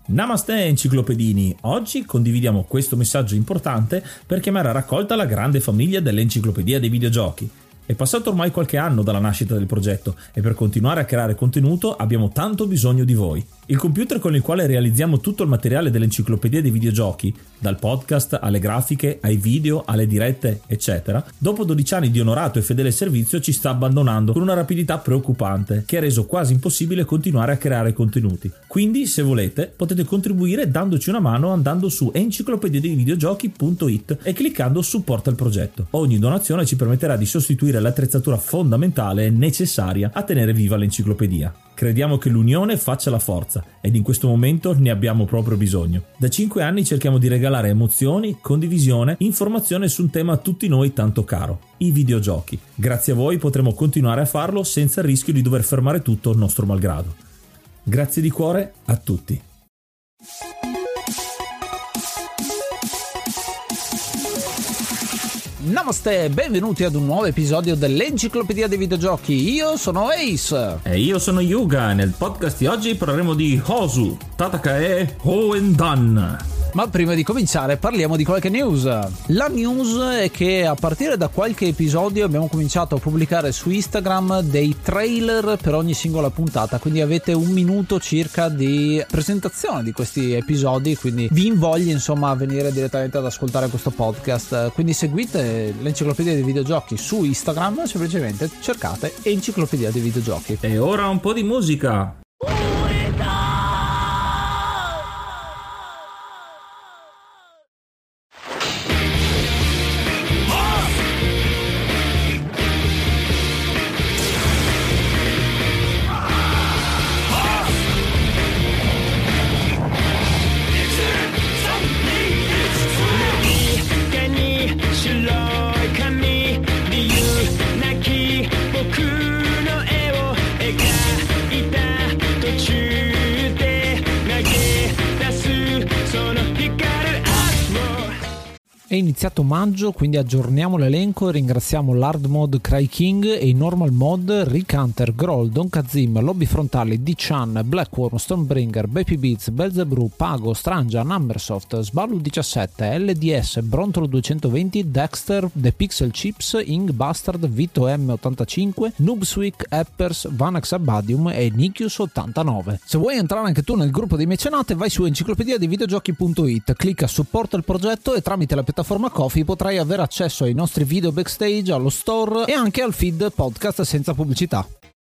Namaste enciclopedini, oggi condividiamo questo messaggio importante per chiamare a raccolta la grande famiglia dell'Enciclopedia dei Videogiochi. È passato ormai qualche anno dalla nascita del progetto e per continuare a creare contenuto abbiamo tanto bisogno di voi. Il computer con il quale realizziamo tutto il materiale dell'Enciclopedia dei Videogiochi, dal podcast alle grafiche, ai video, alle dirette, eccetera, dopo 12 anni di onorato e fedele servizio ci sta abbandonando con una rapidità preoccupante che ha reso quasi impossibile continuare a creare contenuti. Quindi, se volete, potete contribuire dandoci una mano andando su enciclopediadeivideogiochi.it e cliccando supporta il progetto. Ogni donazione ci permetterà di sostituire l'attrezzatura fondamentale e necessaria a tenere viva l'enciclopedia. Crediamo che l'unione faccia la forza ed in questo momento ne abbiamo proprio bisogno. Da 5 anni cerchiamo di regalare emozioni, condivisione, informazione su un tema a tutti noi tanto caro, i videogiochi. Grazie a voi potremo continuare a farlo senza il rischio di dover fermare tutto nostro malgrado. Grazie di cuore a tutti. Namaste, benvenuti ad un nuovo episodio dell'Enciclopedia dei Videogiochi. Io sono Ace. E io sono Yuga. Nel podcast di oggi parleremo di Hosu, Tatakae Hoendan. Ma prima di cominciare parliamo di qualche news. La news è che a partire da qualche episodio abbiamo cominciato a pubblicare su Instagram dei trailer per ogni singola puntata, quindi avete un minuto circa di presentazione di questi episodi, quindi vi invoglio insomma a venire direttamente ad ascoltare questo podcast. Quindi seguite l'Enciclopedia dei Videogiochi su Instagram, semplicemente cercate Enciclopedia dei Videogiochi. E ora un po' di musica. È iniziato maggio, quindi aggiorniamo l'elenco e ringraziamo l'Hard Mode Cry King e i Normal Mode Rick Hunter, Groll, Don Kazim, Lobby Frontali, D-Chan, Blackworm, Stonebringer, Baby Beats, Belzebrew, Pago, Strangia, Numbersoft, Sballu 17, LDS, Brontolo 220, Dexter, The Pixel Chips, Ing Bastard, Vito M85, Noobswick, Eppers, Vanax Abadium e Nikius 89. Se vuoi entrare anche tu nel gruppo dei mecenate, vai su enciclopediadeivideogiochi.it, clicca supporta il progetto e tramite la piattaforma Ko-fi potrai avere accesso ai nostri video backstage, allo store e anche al feed podcast senza pubblicità.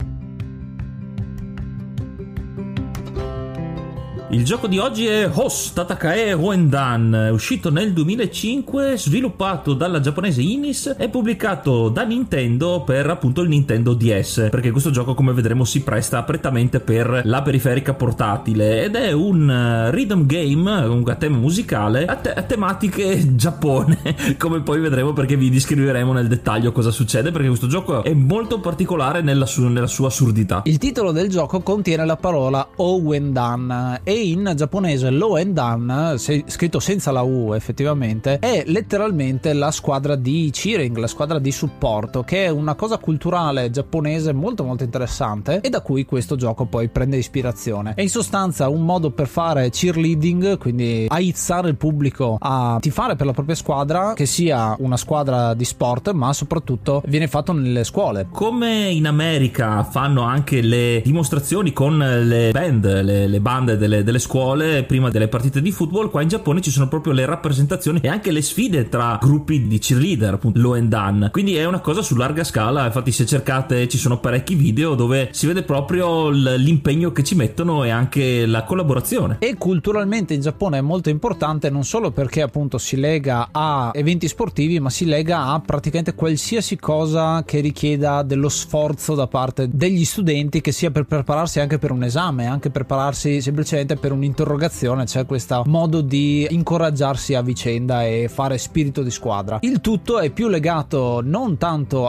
Il gioco di oggi è Hosu Tatakae Hoendan, uscito nel 2005, sviluppato dalla giapponese Inis e pubblicato da Nintendo per appunto il Nintendo DS, perché questo gioco, come vedremo, si presta prettamente per la periferica portatile ed è un rhythm game, comunque a tema musicale, a tematiche Giappone, come poi vedremo, perché vi descriveremo nel dettaglio cosa succede, perché questo gioco è molto particolare nella sua assurdità. Il titolo del gioco contiene la parola Hoendan e in giapponese Hoendan, scritto senza la U effettivamente, è letteralmente la squadra di cheering, la squadra di supporto, che è una cosa culturale giapponese molto molto interessante e da cui questo gioco poi prende ispirazione. È in sostanza un modo per fare cheerleading, quindi aizzare il pubblico a tifare per la propria squadra, che sia una squadra di sport, ma soprattutto viene fatto nelle scuole. Come in America fanno anche le dimostrazioni con le band, le bande delle scuole prima delle partite di football, qua in Giappone ci sono proprio le rappresentazioni e anche le sfide tra gruppi di cheerleader, appunto l'Hoendan, quindi è una cosa su larga scala. Infatti se cercate ci sono parecchi video dove si vede proprio l'impegno che ci mettono e anche la collaborazione. E culturalmente in Giappone è molto importante, non solo perché appunto si lega a eventi sportivi, ma si lega a praticamente qualsiasi cosa che richieda dello sforzo da parte degli studenti, che sia per prepararsi anche per un esame, anche prepararsi semplicemente per un'interrogazione. C'è questo modo di incoraggiarsi a vicenda e fare spirito di squadra. Il tutto è più legato non tanto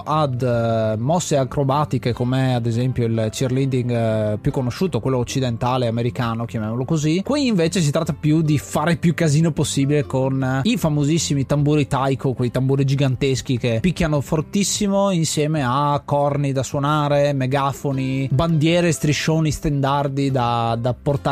ad mosse acrobatiche come ad esempio il cheerleading più conosciuto, quello occidentale americano, chiamiamolo così. Qui invece si tratta più di fare più casino possibile con i famosissimi tamburi taiko, quei tamburi giganteschi che picchiano fortissimo, insieme a corni da suonare, megafoni, bandiere, striscioni, stendardi da portare in giro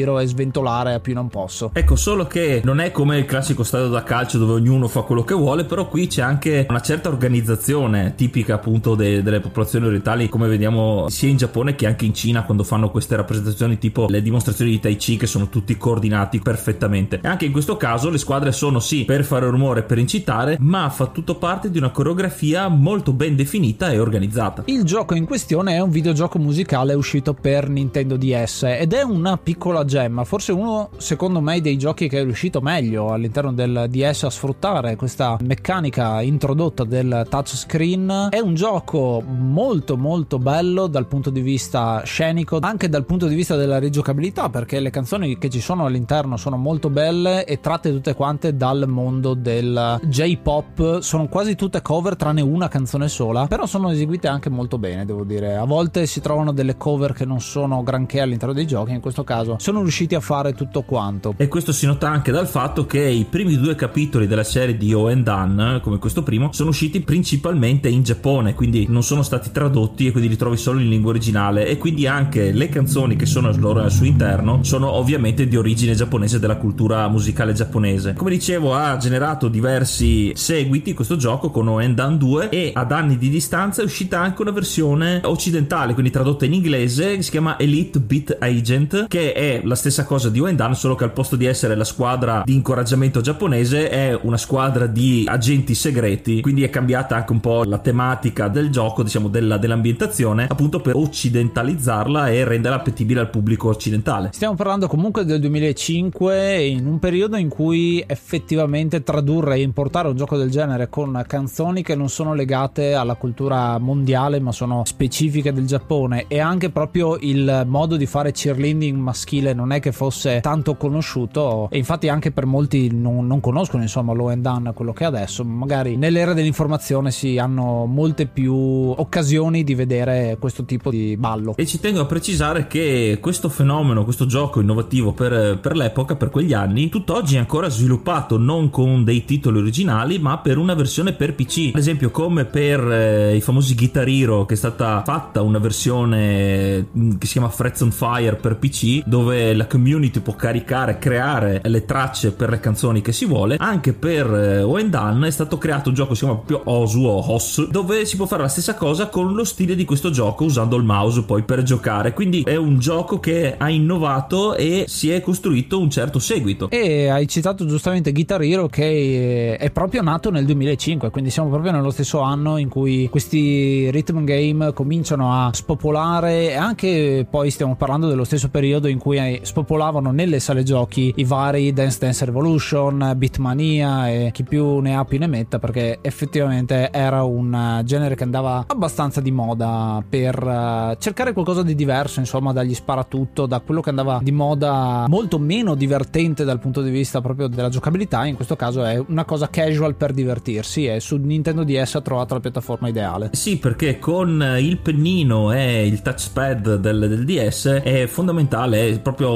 giro e sventolare a più non posso. Ecco, solo che non è come il classico stadio da calcio dove ognuno fa quello che vuole, però qui c'è anche una certa organizzazione tipica appunto delle popolazioni orientali, come vediamo sia in Giappone che anche in Cina quando fanno queste rappresentazioni tipo le dimostrazioni di Tai Chi, che sono tutti coordinati perfettamente. E anche in questo caso le squadre sono sì per fare rumore, per incitare, ma fa tutto parte di una coreografia molto ben definita e organizzata. Il gioco in questione è un videogioco musicale uscito per Nintendo DS ed è una piccola gemma, forse uno secondo me dei giochi che è riuscito meglio all'interno del DS a sfruttare questa meccanica introdotta del touchscreen. È un gioco molto molto bello dal punto di vista scenico, anche dal punto di vista della rigiocabilità, perché le canzoni che ci sono all'interno sono molto belle e tratte tutte quante dal mondo del J-pop. Sono quasi tutte cover tranne una canzone sola, però sono eseguite anche molto bene, devo dire. A volte si trovano delle cover che non sono granché all'interno dei giochi, in questo caso sono riusciti a fare tutto quanto. E questo si nota anche dal fatto che i primi 2 capitoli della serie di Oendan, come questo primo, sono usciti principalmente in Giappone, quindi non sono stati tradotti e quindi li trovi solo in lingua originale, e quindi anche le canzoni che sono al suo interno sono ovviamente di origine giapponese, della cultura musicale giapponese. Come dicevo, ha generato diversi seguiti questo gioco con Oendan 2, e ad anni di distanza è uscita anche una versione occidentale, quindi tradotta in inglese, che si chiama Elite Beat Agent, che è la stessa cosa di Oendan, solo che al posto di essere la squadra di incoraggiamento giapponese è una squadra di agenti segreti, quindi è cambiata anche un po' la tematica del gioco, diciamo dell'ambientazione, appunto per occidentalizzarla e renderla appetibile al pubblico occidentale. Stiamo parlando comunque del 2005, in un periodo in cui effettivamente tradurre e importare un gioco del genere con canzoni che non sono legate alla cultura mondiale ma sono specifiche del Giappone, e anche proprio il modo di fare cheerleading maschile non è che fosse tanto conosciuto, e infatti anche per molti non conoscono insomma l'Oendan quello che è adesso. Magari nell'era dell'informazione si hanno molte più occasioni di vedere questo tipo di ballo. E ci tengo a precisare che questo fenomeno, questo gioco innovativo per l'epoca, per quegli anni, tutt'oggi è ancora sviluppato non con dei titoli originali ma per una versione per PC, ad esempio come per i famosi Guitar Hero, che è stata fatta una versione che si chiama Frets on Fire per PC, dove la community può creare le tracce per le canzoni che si vuole. Anche per Oendan è stato creato un gioco che si chiama proprio Osu o Hos, dove si può fare la stessa cosa con lo stile di questo gioco usando il mouse poi per giocare, quindi è un gioco che ha innovato e si è costruito un certo seguito. E hai citato giustamente Guitar Hero, che è proprio nato nel 2005, quindi siamo proprio nello stesso anno in cui questi rhythm game cominciano a spopolare, e anche poi stiamo parlando dello stesso periodo in cui spopolavano nelle sale giochi i vari Dance Dance Revolution, Beatmania e chi più ne ha più ne metta, perché effettivamente era un genere che andava abbastanza di moda per cercare qualcosa di diverso, insomma, dagli sparatutto, da quello che andava di moda molto meno divertente dal punto di vista proprio della giocabilità. In questo caso è una cosa casual per divertirsi, e su Nintendo DS ha trovato la piattaforma ideale. Sì, perché con il pennino e il touchpad del DS è fondamentale,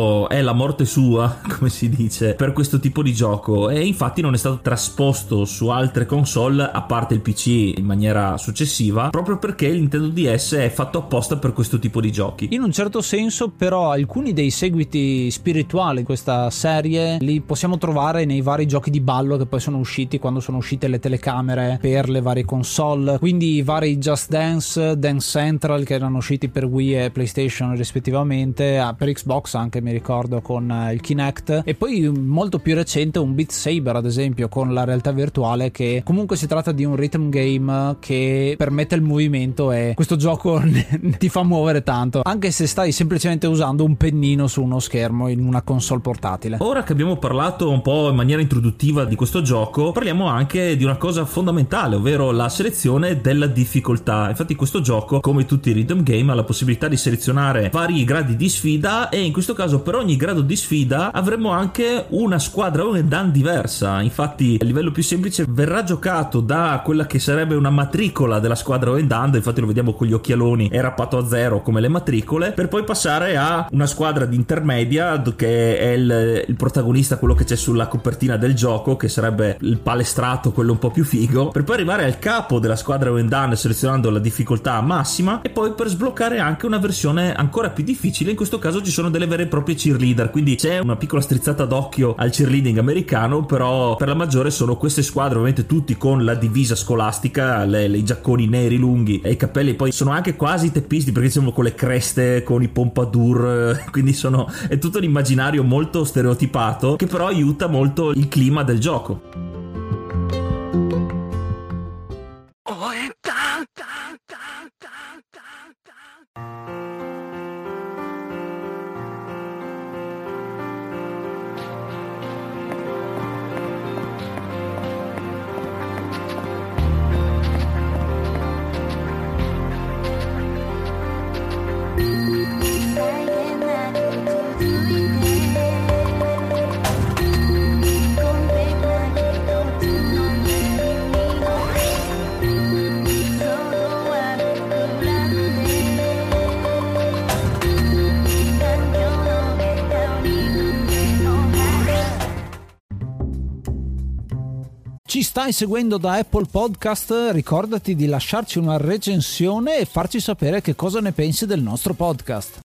è la morte sua, come si dice, per questo tipo di gioco, e infatti non è stato trasposto su altre console a parte il PC in maniera successiva, proprio perché il Nintendo DS è fatto apposta per questo tipo di giochi. In un certo senso però alcuni dei seguiti spirituali di questa serie li possiamo trovare nei vari giochi di ballo che poi sono usciti quando sono uscite le telecamere per le varie console, quindi i vari Just Dance, Dance Central che erano usciti per Wii e PlayStation rispettivamente, per Xbox anche mi ricordo con il Kinect, e poi molto più recente un Beat Saber ad esempio con la realtà virtuale, che comunque si tratta di un rhythm game che permette il movimento, e questo gioco ti fa muovere tanto anche se stai semplicemente usando un pennino su uno schermo in una console portatile. Ora che abbiamo parlato un po' in maniera introduttiva di questo gioco, parliamo anche di una cosa fondamentale, ovvero la selezione della difficoltà. Infatti questo gioco, come tutti i rhythm game, ha la possibilità di selezionare vari gradi di sfida, e in questo caso per ogni grado di sfida avremo anche una squadra Oendan diversa. Infatti il livello più semplice verrà giocato da quella che sarebbe una matricola della squadra Oendan, infatti lo vediamo con gli occhialoni, è rappato a zero come le matricole, per poi passare a una squadra di intermedia che è il protagonista, quello che c'è sulla copertina del gioco, che sarebbe il palestrato, quello un po' più figo, per poi arrivare al capo della squadra Oendan selezionando la difficoltà massima, e poi per sbloccare anche una versione ancora più difficile. In questo caso ci sono delle vere e proprie cheerleader, quindi c'è una piccola strizzata d'occhio al cheerleading americano, però per la maggiore sono queste squadre, ovviamente tutti con la divisa scolastica, i giacconi neri lunghi e i capelli, poi sono anche quasi teppisti perché siamo con le creste, con i pompadour, quindi è tutto un immaginario molto stereotipato che però aiuta molto il clima del gioco. Ci stai seguendo da Apple Podcast? Ricordati di lasciarci una recensione e farci sapere che cosa ne pensi del nostro podcast.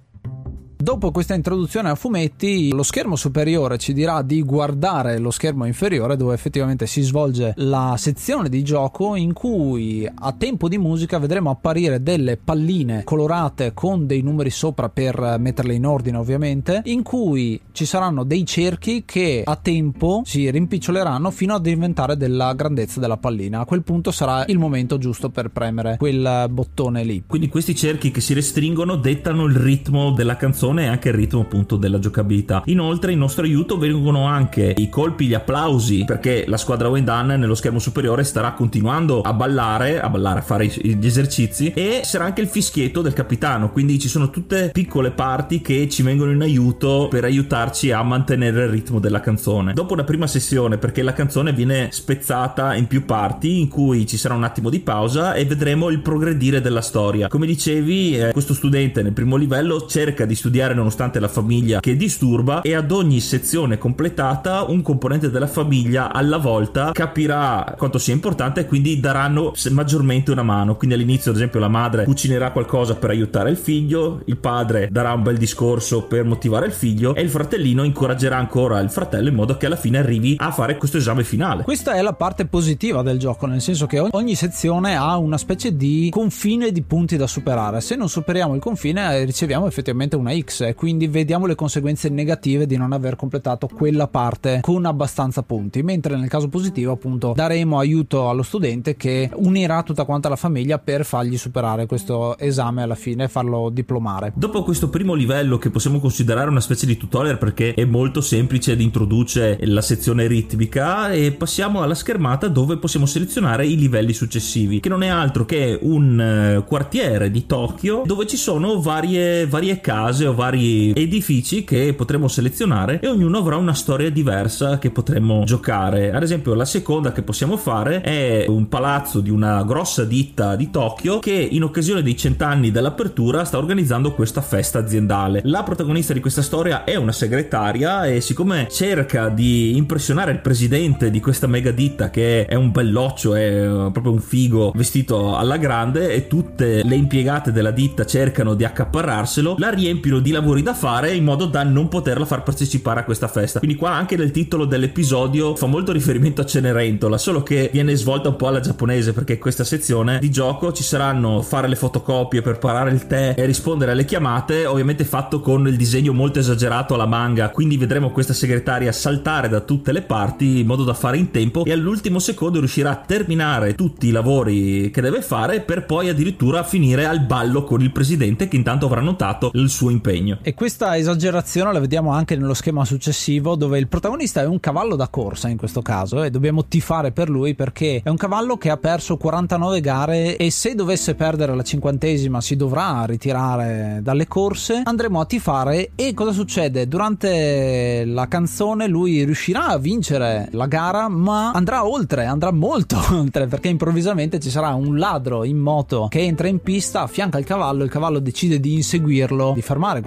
Dopo questa introduzione a fumetti, lo schermo superiore ci dirà di guardare lo schermo inferiore, dove effettivamente si svolge la sezione di gioco in cui a tempo di musica vedremo apparire delle palline colorate con dei numeri sopra per metterle in ordine, ovviamente, in cui ci saranno dei cerchi che a tempo si rimpiccioleranno fino a diventare della grandezza della pallina. A quel punto sarà il momento giusto per premere quel bottone lì. Quindi questi cerchi che si restringono dettano il ritmo della canzone e anche il ritmo appunto della giocabilità. Inoltre in nostro aiuto vengono anche i colpi, gli applausi, perché la squadra Wendan nello schermo superiore starà continuando a ballare, a fare gli esercizi, e sarà anche il fischietto del capitano, quindi ci sono tutte piccole parti che ci vengono in aiuto per aiutarci a mantenere il ritmo della canzone. Dopo una prima sessione, perché la canzone viene spezzata in più parti in cui ci sarà un attimo di pausa e vedremo il progredire della storia. Come dicevi, questo studente nel primo livello cerca di studiare nonostante la famiglia che disturba, e ad ogni sezione completata un componente della famiglia alla volta capirà quanto sia importante e quindi daranno maggiormente una mano. Quindi all'inizio ad esempio la madre cucinerà qualcosa per aiutare il figlio, il padre darà un bel discorso per motivare il figlio e il fratellino incoraggerà ancora il fratello in modo che alla fine arrivi a fare questo esame finale. Questa è la parte positiva del gioco, nel senso che ogni sezione ha una specie di confine di punti da superare. Se non superiamo il confine riceviamo effettivamente una X, e quindi vediamo le conseguenze negative di non aver completato quella parte con abbastanza punti, mentre nel caso positivo appunto daremo aiuto allo studente che unirà tutta quanta la famiglia per fargli superare questo esame alla fine e farlo diplomare. Dopo questo primo livello, che possiamo considerare una specie di tutorial perché è molto semplice ed introduce la sezione ritmica, e passiamo alla schermata dove possiamo selezionare i livelli successivi, che non è altro che un quartiere di Tokyo dove ci sono varie case o vari edifici che potremo selezionare e ognuno avrà una storia diversa che potremo giocare. Ad esempio la seconda che possiamo fare è un palazzo di una grossa ditta di Tokyo che in occasione dei 100 anni dell'apertura sta organizzando questa festa aziendale. La protagonista di questa storia è una segretaria e siccome cerca di impressionare il presidente di questa mega ditta, che è un belloccio, è proprio un figo vestito alla grande, e tutte le impiegate della ditta cercano di accaparrarselo, la riempiono di lavori da fare in modo da non poterla far partecipare a questa festa. Quindi qua anche nel titolo dell'episodio fa molto riferimento a Cenerentola, solo che viene svolta un po' alla giapponese, perché in questa sezione di gioco ci saranno fare le fotocopie, preparare il tè e rispondere alle chiamate, ovviamente fatto con il disegno molto esagerato alla manga, quindi vedremo questa segretaria saltare da tutte le parti in modo da fare in tempo e all'ultimo secondo riuscirà a terminare tutti i lavori che deve fare per poi addirittura finire al ballo con il presidente, che intanto avrà notato il suo impegno. E questa esagerazione la vediamo anche nello schema successivo, dove il protagonista è un cavallo da corsa in questo caso, e dobbiamo tifare per lui perché è un cavallo che ha perso 49 gare e se dovesse perdere la 50esima si dovrà ritirare dalle corse. Andremo a tifare e cosa succede? Durante la canzone lui riuscirà a vincere la gara, ma andrà oltre, andrà molto oltre, perché improvvisamente ci sarà un ladro in moto che entra in pista, affianca il cavallo decide di inseguirlo, di fermare questo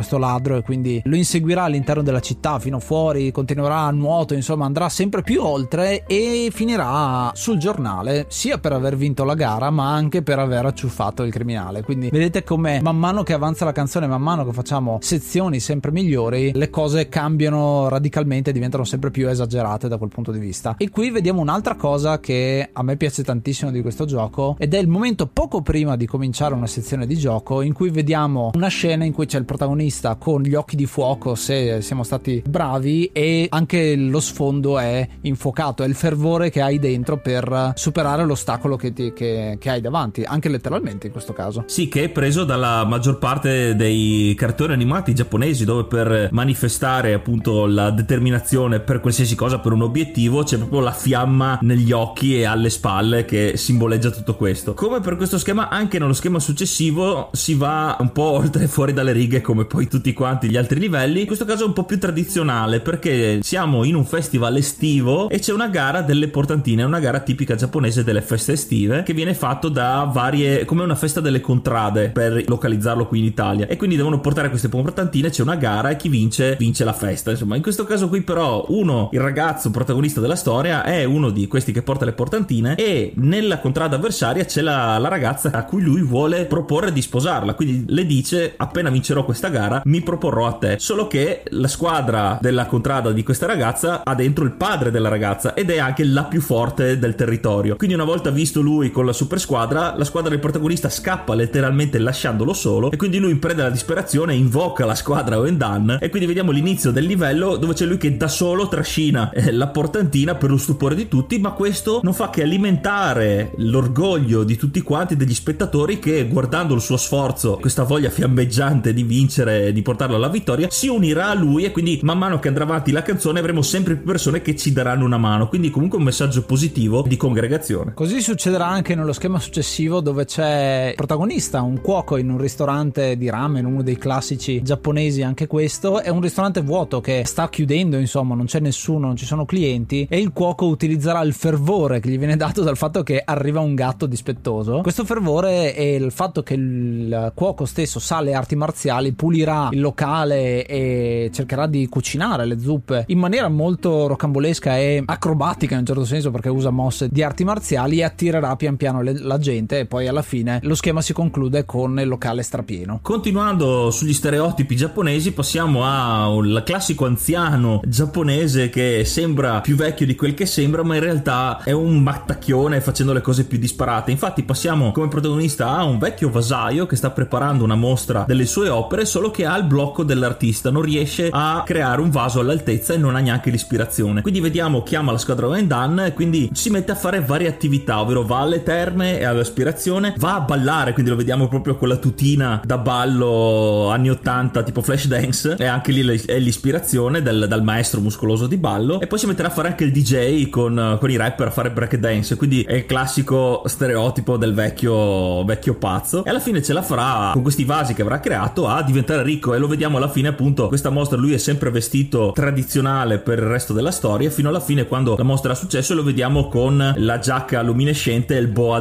questo ladro, e quindi lo inseguirà all'interno della città fino fuori, continuerà a nuoto, insomma andrà sempre più oltre e finirà sul giornale, sia per aver vinto la gara ma anche per aver acciuffato il criminale. Quindi vedete come man mano che avanza la canzone, man mano che facciamo sezioni sempre migliori, le cose cambiano radicalmente, diventano sempre più esagerate da quel punto di vista. E qui vediamo un'altra cosa che a me piace tantissimo di questo gioco, ed è il momento poco prima di cominciare una sezione di gioco in cui vediamo una scena in cui c'è il protagonista con gli occhi di fuoco, se siamo stati bravi, e anche lo sfondo è infuocato, è il fervore che hai dentro per superare l'ostacolo che hai davanti, anche letteralmente in questo caso. Sì, che è preso dalla maggior parte dei cartoni animati giapponesi, dove per manifestare appunto la determinazione per qualsiasi cosa, per un obiettivo, c'è proprio la fiamma negli occhi e alle spalle che simboleggia tutto questo. Come per questo schema, anche nello schema successivo si va un po' oltre, fuori dalle righe, come poi tutti quanti gli altri livelli. In questo caso è un po' più tradizionale, perché siamo in un festival estivo e c'è una gara delle portantine, una gara tipica giapponese delle feste estive, che viene fatto da varie, come una festa delle contrade per localizzarlo qui in Italia, e quindi devono portare queste portantine, c'è una gara e chi vince la festa. Insomma, in questo caso qui però il ragazzo protagonista della storia è uno di questi che porta le portantine, e nella contrada avversaria c'è la ragazza a cui lui vuole proporre di sposarla, quindi le dice: appena vincerò questa gara mi proporrò a te. Solo che la squadra della contrada di questa ragazza ha dentro il padre della ragazza ed è anche la più forte del territorio, quindi una volta visto lui con la super squadra, la squadra del protagonista scappa letteralmente lasciandolo solo, e quindi lui, in preda alla disperazione, invoca la squadra Oendan, e quindi vediamo l'inizio del livello dove c'è lui che da solo trascina la portantina per lo stupore di tutti, ma questo non fa che alimentare l'orgoglio di tutti quanti, degli spettatori, che guardando il suo sforzo, questa voglia fiammeggiante di vincere, di portarlo alla vittoria, si unirà a lui, e quindi man mano che andrà avanti la canzone avremo sempre più persone che ci daranno una mano, quindi comunque un messaggio positivo di congregazione. Così succederà anche nello schema successivo, dove c'è il protagonista, un cuoco in un ristorante di ramen, uno dei classici giapponesi anche questo. È un ristorante vuoto che sta chiudendo, insomma non c'è nessuno, non ci sono clienti, e il cuoco utilizzerà il fervore che gli viene dato dal fatto che arriva un gatto dispettoso. Questo fervore e il fatto che il cuoco stesso sa le arti marziali, pulirà il locale e cercherà di cucinare le zuppe in maniera molto rocambolesca e acrobatica in un certo senso, perché usa mosse di arti marziali, e attirerà pian piano la gente, e poi alla fine lo schema si conclude con il locale strapieno. Continuando sugli stereotipi giapponesi, passiamo al classico anziano giapponese che sembra più vecchio di quel che sembra, ma in realtà è un mattacchione facendo le cose più disparate. Infatti passiamo come protagonista a un vecchio vasaio che sta preparando una mostra delle sue opere, solo che ha il blocco dell'artista, non riesce a creare un vaso all'altezza e non ha neanche l'ispirazione. Quindi vediamo, chiama la squadra Oendan e quindi si mette a fare varie attività, ovvero va alle terme e all'aspirazione, va a ballare, quindi lo vediamo proprio con la tutina da ballo anni 80 tipo Flashdance, e anche lì è l'ispirazione dal maestro muscoloso di ballo. E poi si metterà a fare anche il DJ con i rapper a fare breakdance, quindi è il classico stereotipo del vecchio pazzo, e alla fine ce la farà con questi vasi che avrà creato a diventare ricco. E lo vediamo alla fine, appunto, questa mostra lui è sempre vestito tradizionale per il resto della storia, fino alla fine quando la mostra ha successo lo vediamo con la giacca luminescente e il boa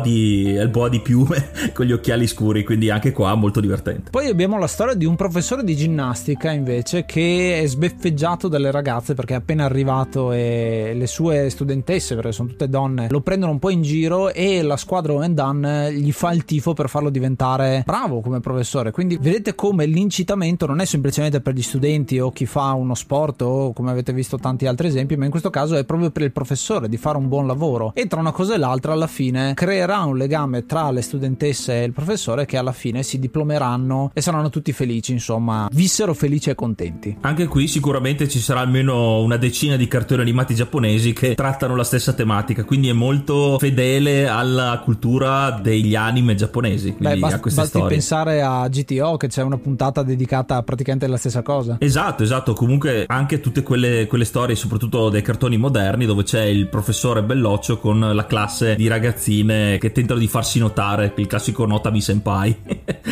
di piume con gli occhiali scuri, quindi anche qua molto divertente. Poi abbiamo la storia di un professore di ginnastica invece che è sbeffeggiato dalle ragazze perché è appena arrivato, e le sue studentesse, perché sono tutte donne, lo prendono un po' in giro, e la squadra Oendan gli fa il tifo per farlo diventare bravo come professore. Quindi vedete come l'incitamento non è semplicemente per gli studenti o chi fa uno sport, o come avete visto tanti altri esempi, ma in questo caso è proprio per il professore di fare un buon lavoro, e tra una cosa e l'altra alla fine creerà un legame tra le studentesse e il professore, che alla fine si diplomeranno e saranno tutti felici, insomma vissero felici e contenti. Anche qui sicuramente ci sarà almeno una decina di cartoni animati giapponesi che trattano la stessa tematica, quindi è molto fedele alla cultura degli anime giapponesi. Basti pensare a GTO, che c'è una puntata dedicata praticamente alla stessa cosa. Esatto, comunque anche tutte quelle storie, soprattutto dei cartoni moderni, dove c'è il professore belloccio con la classe di ragazzine che tentano di farsi notare, il classico notami senpai.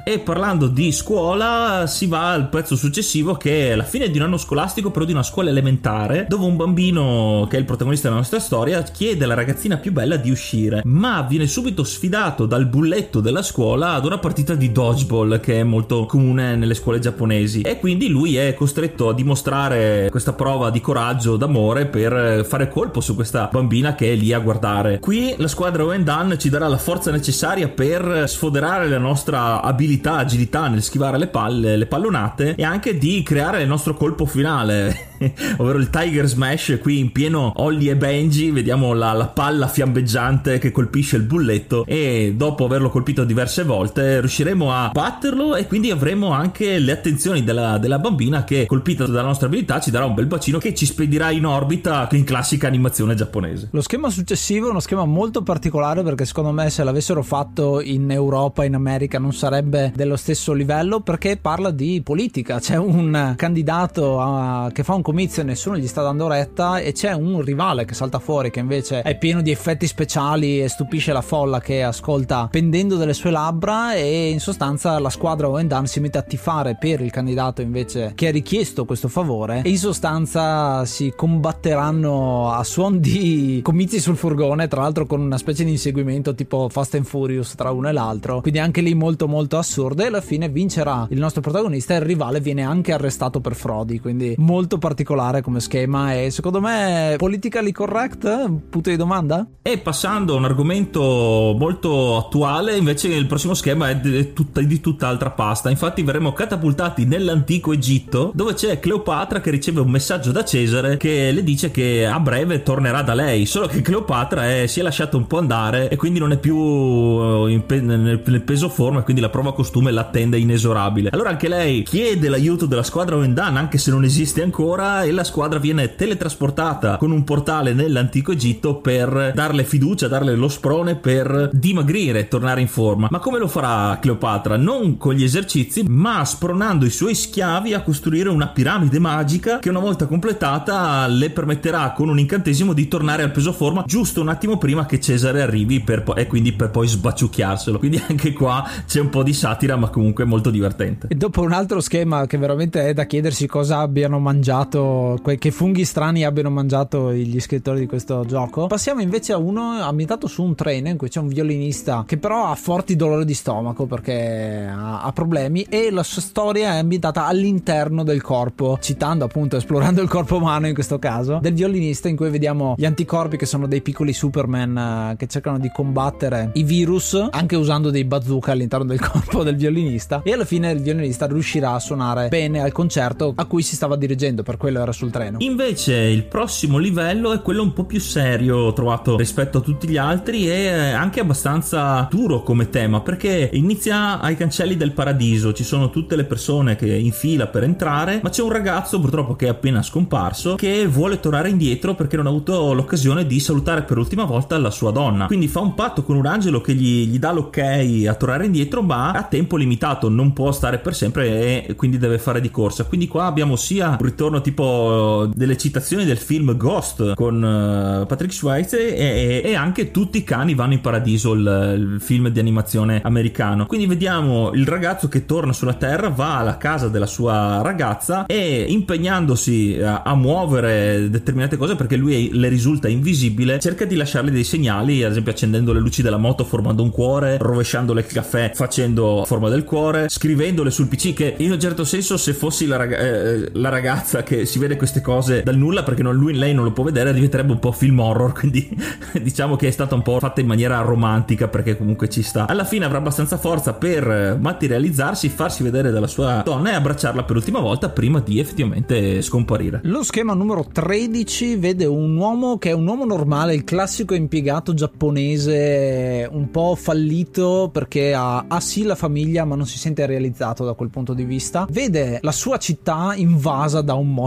E parlando di scuola si va al pezzo successivo, che è la fine di un anno scolastico, però di una scuola elementare, dove un bambino, che è il protagonista della nostra storia, chiede alla ragazzina più bella di uscire, ma viene subito sfidato dal bulletto della scuola ad una partita di dodgeball, che è molto comune nelle scuole giapponesi, e quindi lui è costretto a dimostrare questa prova di coraggio, d'amore, per fare colpo su questa bambina che è lì a guardare. Qui la squadra Oendan ci darà la forza necessaria per sfoderare la nostra agilità nel schivare le pallonate, e anche di creare il nostro colpo finale ovvero il Tiger Smash. Qui in pieno Holly e Benji vediamo la palla fiammeggiante che colpisce il bulletto, e dopo averlo colpito diverse volte riusciremo a batterlo, e quindi avremo anche le attenzioni della bambina, che colpita dalla nostra abilità ci darà un bel bacino che ci spedirà in orbita in classica animazione giapponese. Lo schema successivo è uno schema molto particolare, perché secondo me se l'avessero fatto in Europa, in America, non sarebbe dello stesso livello, perché parla di politica. C'è un candidato che fa un comizio e nessuno gli sta dando retta, e c'è un rivale che salta fuori, che invece è pieno di effetti speciali e stupisce la folla che ascolta pendendo dalle sue labbra, e in sostanza la squadra Oendan si mette a tifare per il candidato invece che ha richiesto questo favore, e in sostanza si combatteranno a suon di comizi sul furgone, tra l'altro con una specie di inseguimento tipo Fast and Furious tra uno e l'altro, quindi anche lì molto molto assurdo, e alla fine vincerà il nostro protagonista e il rivale viene anche arrestato per frodi, quindi molto particolare come schema, e secondo me politically correct, punto di domanda. E passando a un argomento molto attuale, invece il prossimo schema è di tutt'altra pasta. Infatti verremo catapultati nell'antico Egitto, dove c'è Cleopatra che riceve un messaggio da Cesare che le dice che a breve tornerà da lei, solo che Cleopatra si è lasciata un po' andare e quindi non è più nel peso forma, e quindi la prova costume l'attende inesorabile. Allora anche lei chiede l'aiuto della squadra Oendan, anche se non esiste ancora, e la squadra viene teletrasportata con un portale nell'antico Egitto per darle fiducia, darle lo sprone per dimagrire, tornare in forma. Ma come lo farà Cleopatra? Non con gli esercizi, ma spronando i suoi schiavi a costruire una piramide magica che una volta completata le permetterà con un incantesimo di tornare al peso forma giusto un attimo prima che Cesare arrivi, e quindi per poi sbaciucchiarselo. Quindi anche qua c'è un po' di satira, ma comunque molto divertente. E dopo un altro schema che veramente è da chiedersi cosa abbiano mangiato, che funghi strani abbiano mangiato gli scrittori di questo gioco, passiamo invece a uno ambientato su un treno in cui c'è un violinista che però ha forti dolori di stomaco perché ha problemi, e la sua storia è ambientata all'interno del corpo, citando appunto, esplorando il corpo umano in questo caso, del violinista, in cui vediamo gli anticorpi che sono dei piccoli Superman che cercano di combattere i virus anche usando dei bazooka all'interno del corpo del violinista, e alla fine il violinista riuscirà a suonare bene al concerto a cui si stava dirigendo, per quello era sul treno. Invece il prossimo livello è quello un po' più serio, ho trovato, rispetto a tutti gli altri, e anche abbastanza duro come tema, perché inizia ai cancelli del paradiso, ci sono tutte le persone che in fila per entrare, ma c'è un ragazzo purtroppo che è appena scomparso che vuole tornare indietro perché non ha avuto l'occasione di salutare per l'ultima volta la sua donna, quindi fa un patto con un angelo che gli dà l'ok a tornare indietro, ma a tempo limitato, non può stare per sempre e quindi deve fare di corsa. Quindi qua abbiamo sia un ritorno tipo delle citazioni del film Ghost con Patrick Swayze, e anche Tutti i cani vanno in paradiso, il film di animazione americano. Quindi vediamo il ragazzo che torna sulla terra, va alla casa della sua ragazza e, impegnandosi a muovere determinate cose perché lui le risulta invisibile, cerca di lasciarle dei segnali, ad esempio accendendo le luci della moto formando un cuore, rovesciandole il caffè facendo forma del cuore, scrivendole sul PC, che in un certo senso, se fossi la ragazza che si vede queste cose dal nulla perché lei non lo può vedere, diventerebbe un po' film horror, quindi diciamo che è stata un po' fatta in maniera romantica perché comunque ci sta. Alla fine avrà abbastanza forza per materializzarsi, farsi vedere dalla sua donna e abbracciarla per l'ultima volta prima di effettivamente scomparire. Lo schema numero 13 vede un uomo che è un uomo normale, il classico impiegato giapponese un po' fallito perché ha sì la famiglia ma non si sente realizzato da quel punto di vista. Vede la sua città invasa da un mostro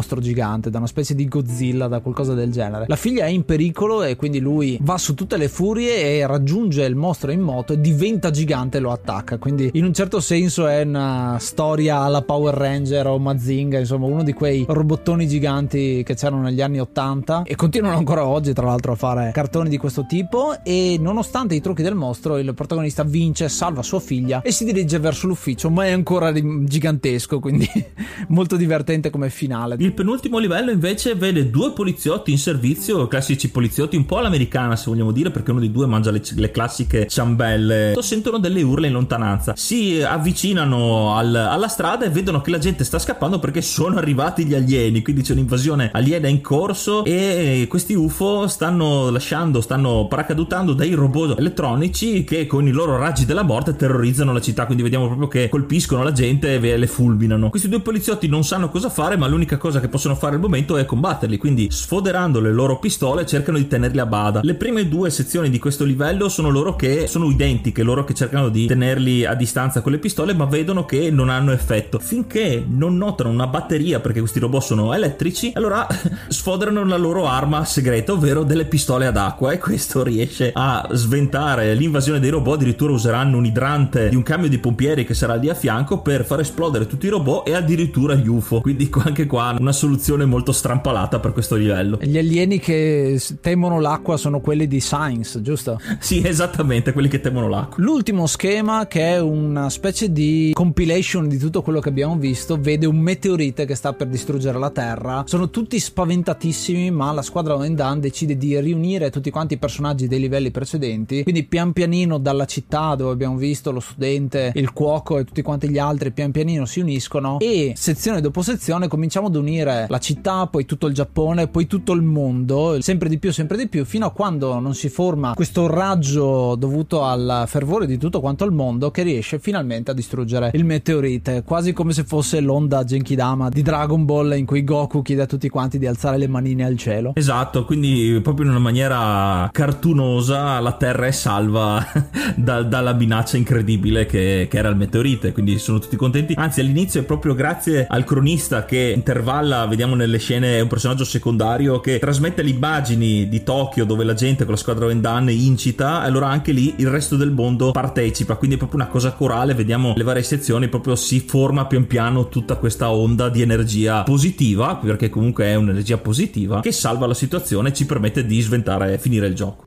mostro gigante, da una specie di Godzilla, da qualcosa del genere. La figlia è in pericolo e quindi lui va su tutte le furie e raggiunge il mostro in moto e diventa gigante e lo attacca. Quindi in un certo senso è una storia alla Power Ranger o Mazinga, insomma uno di quei robottoni giganti che c'erano negli anni 80 e continuano ancora oggi tra l'altro a fare cartoni di questo tipo. E nonostante i trucchi del mostro, il protagonista vince, salva sua figlia e si dirige verso l'ufficio, ma è ancora gigantesco, quindi molto divertente come finale. Il penultimo livello invece vede due poliziotti in servizio, classici poliziotti un po' all'americana se vogliamo dire, perché uno dei due mangia le classiche ciambelle. Sentono delle urla in lontananza, si avvicinano alla strada e vedono che la gente sta scappando perché sono arrivati gli alieni, quindi c'è un'invasione aliena in corso e questi UFO stanno paracadutando dei robot elettronici che con i loro raggi della morte terrorizzano la città, quindi vediamo proprio che colpiscono la gente e le fulminano. Questi due poliziotti non sanno cosa fare, ma l'unica cosa che possono fare al momento è combatterli, quindi sfoderando le loro pistole cercano di tenerli a bada. Le prime due sezioni di questo livello sono loro che sono identiche, loro che cercano di tenerli a distanza con le pistole, ma vedono che non hanno effetto finché non notano una batteria, perché questi robot sono elettrici. Allora sfoderano la loro arma segreta, ovvero delle pistole ad acqua, e questo riesce a sventare l'invasione dei robot. Addirittura useranno un idrante di un camion di pompieri che sarà lì a fianco per far esplodere tutti i robot e addirittura gli UFO, quindi anche qua una soluzione molto strampalata per questo livello. Gli alieni che temono l'acqua sono quelli di Science, giusto? Sì, esattamente, quelli che temono l'acqua. L'ultimo schema, che è una specie di compilation di tutto quello che abbiamo visto, vede un meteorite che sta per distruggere la Terra. Sono tutti spaventatissimi, ma la squadra Oendan decide di riunire tutti quanti i personaggi dei livelli precedenti, quindi pian pianino dalla città dove abbiamo visto lo studente, il cuoco e tutti quanti gli altri pian pianino si uniscono, e sezione dopo sezione cominciamo ad unire la città, poi tutto il Giappone, poi tutto il mondo, sempre di più, fino a quando non si forma questo raggio dovuto al fervore di tutto quanto il mondo, che riesce finalmente a distruggere il meteorite, quasi come se fosse l'onda Genkidama di Dragon Ball, in cui Goku chiede a tutti quanti di alzare le manine al cielo. Esatto, quindi proprio in una maniera cartunosa la Terra è salva dalla minaccia incredibile che era il meteorite, quindi sono tutti contenti. Anzi, all'inizio è proprio grazie al cronista che intervalla, vediamo nelle scene, è un personaggio secondario che trasmette le immagini di Tokyo dove la gente con la squadra Oendan incita, e allora anche lì il resto del mondo partecipa, quindi è proprio una cosa corale. Vediamo le varie sezioni, proprio si forma pian piano tutta questa onda di energia positiva, perché comunque è un'energia positiva che salva la situazione e ci permette di sventare e finire il gioco.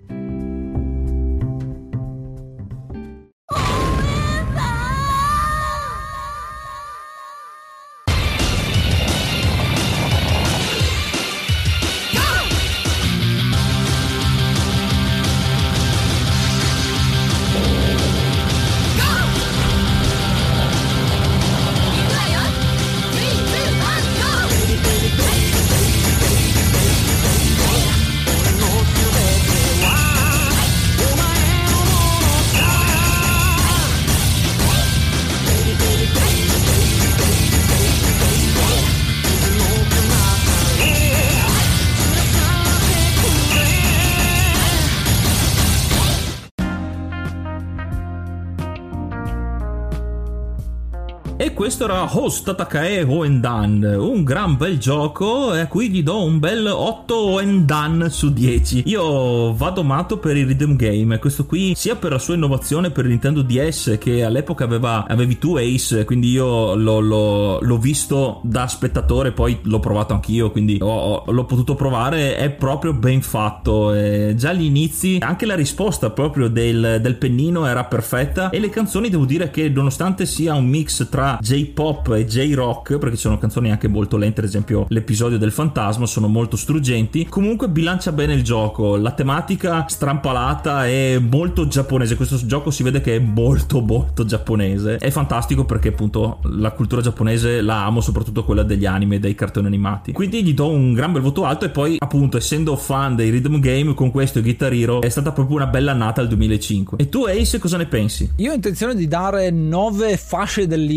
E questo era Host Tatakae Oendan, un gran bel gioco a cui gli do un bel 8 Oendan su 10. Io vado matto per il rhythm game, questo qui sia per la sua innovazione per il Nintendo DS, che all'epoca avevi tu Ace, quindi io l'ho visto da spettatore, poi l'ho provato anch'io, quindi l'ho potuto provare, è proprio ben fatto. E già agli inizi anche la risposta proprio del pennino era perfetta, e le canzoni devo dire che nonostante sia un mix tra J-pop e J-rock, perché ci sono canzoni anche molto lente, ad esempio l'episodio del fantasma, sono molto struggenti, comunque bilancia bene il gioco. La tematica strampalata è molto giapponese, questo gioco si vede che è molto molto giapponese, è fantastico perché appunto la cultura giapponese la amo, soprattutto quella degli anime e dei cartoni animati, quindi gli do un gran bel voto alto. E poi appunto, essendo fan dei rhythm game, con questo e Guitar Hero è stata proprio una bella annata al 2005. E tu Ace cosa ne pensi? Io ho intenzione di dare 9 fasce del leader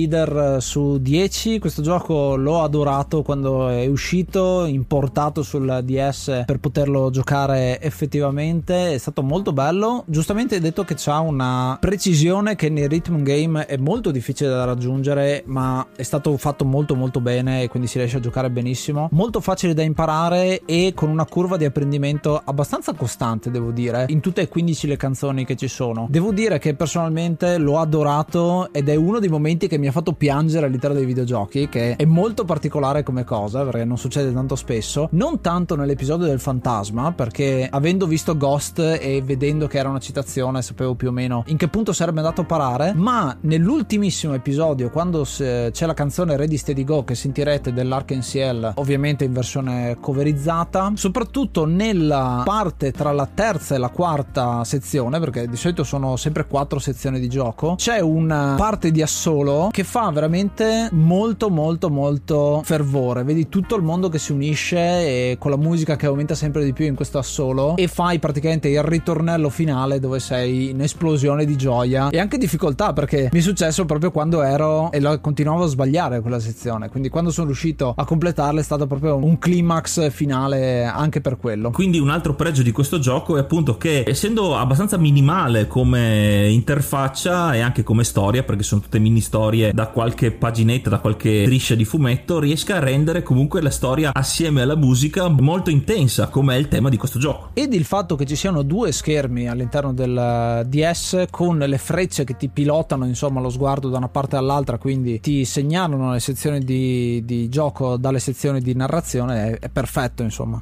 score su 10. Questo gioco l'ho adorato quando è uscito, importato sul DS per poterlo giocare effettivamente. È stato molto bello. Giustamente hai detto che c'ha una precisione che nei rhythm game è molto difficile da raggiungere, ma è stato fatto molto molto bene e quindi si riesce a giocare benissimo. Molto facile da imparare e con una curva di apprendimento abbastanza costante, devo dire, in tutte e 15 le canzoni che ci sono. Devo dire che personalmente l'ho adorato ed è uno dei momenti che mi ha fatto piangere all'interno dei videogiochi, che è molto particolare come cosa perché non succede tanto spesso, non tanto nell'episodio del fantasma, perché avendo visto Ghost e vedendo che era una citazione sapevo più o meno in che punto sarebbe andato a parare, ma nell'ultimissimo episodio, quando c'è la canzone Ready Steady Go che sentirete dell'Arc-en-Ciel, ovviamente in versione coverizzata, soprattutto nella parte tra la terza e la quarta sezione, perché di solito sono sempre 4 sezioni di gioco, c'è una parte di assolo che fa veramente molto molto molto fervore. Vedi tutto il mondo che si unisce e con la musica che aumenta sempre di più in questo assolo, e fai praticamente il ritornello finale dove sei in esplosione di gioia e anche difficoltà, perché mi è successo proprio quando ero e continuavo a sbagliare quella sezione, quindi quando sono riuscito a completarla è stato proprio un climax finale anche per quello. Quindi un altro pregio di questo gioco è appunto che, essendo abbastanza minimale come interfaccia e anche come storia, perché sono tutte mini storie da qualche paginetta, da qualche striscia di fumetto, riesca a rendere comunque la storia assieme alla musica molto intensa, come è il tema di questo gioco. Ed il fatto che ci siano 2 schermi all'interno del DS con le frecce che ti pilotano insomma lo sguardo da una parte all'altra, quindi ti segnalano le sezioni di gioco dalle sezioni di narrazione, è perfetto insomma.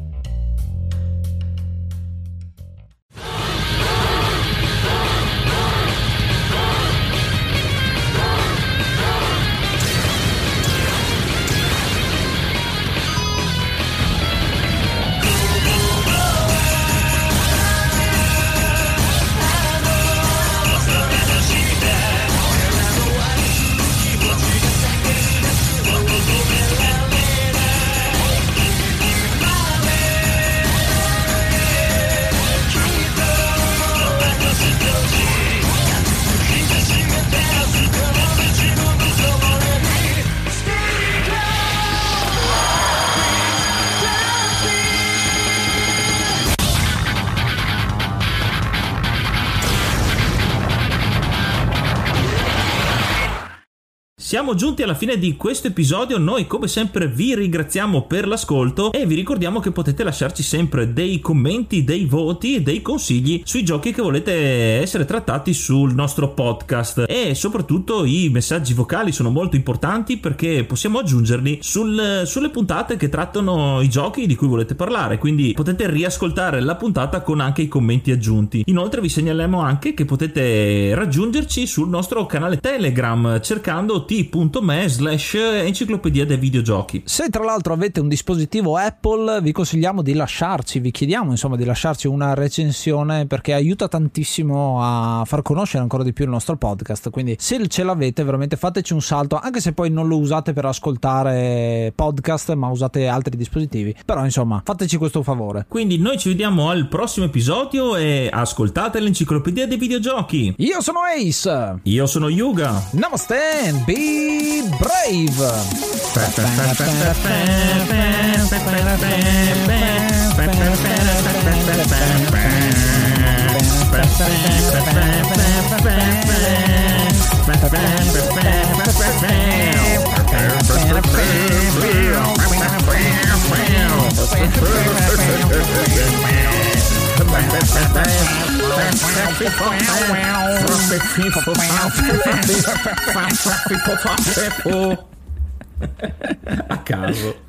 Siamo giunti alla fine di questo episodio. Noi come sempre vi ringraziamo per l'ascolto e vi ricordiamo che potete lasciarci sempre dei commenti, dei voti e dei consigli sui giochi che volete essere trattati sul nostro podcast, e soprattutto i messaggi vocali sono molto importanti perché possiamo aggiungerli sulle puntate che trattano i giochi di cui volete parlare, quindi potete riascoltare la puntata con anche i commenti aggiunti. Inoltre vi segnaliamo anche che potete raggiungerci sul nostro canale Telegram cercando t.me/enciclopedia dei videogiochi. Se tra l'altro avete un dispositivo Apple, vi consigliamo di vi chiediamo insomma di lasciarci una recensione, perché aiuta tantissimo a far conoscere ancora di più il nostro podcast. Quindi se ce l'avete, veramente fateci un salto, anche se poi non lo usate per ascoltare podcast ma usate altri dispositivi, però insomma fateci questo favore. Quindi noi ci vediamo al prossimo episodio e ascoltate l'enciclopedia dei videogiochi. Io sono Ace. Io sono Yuga. Namaste and be brave. A caso.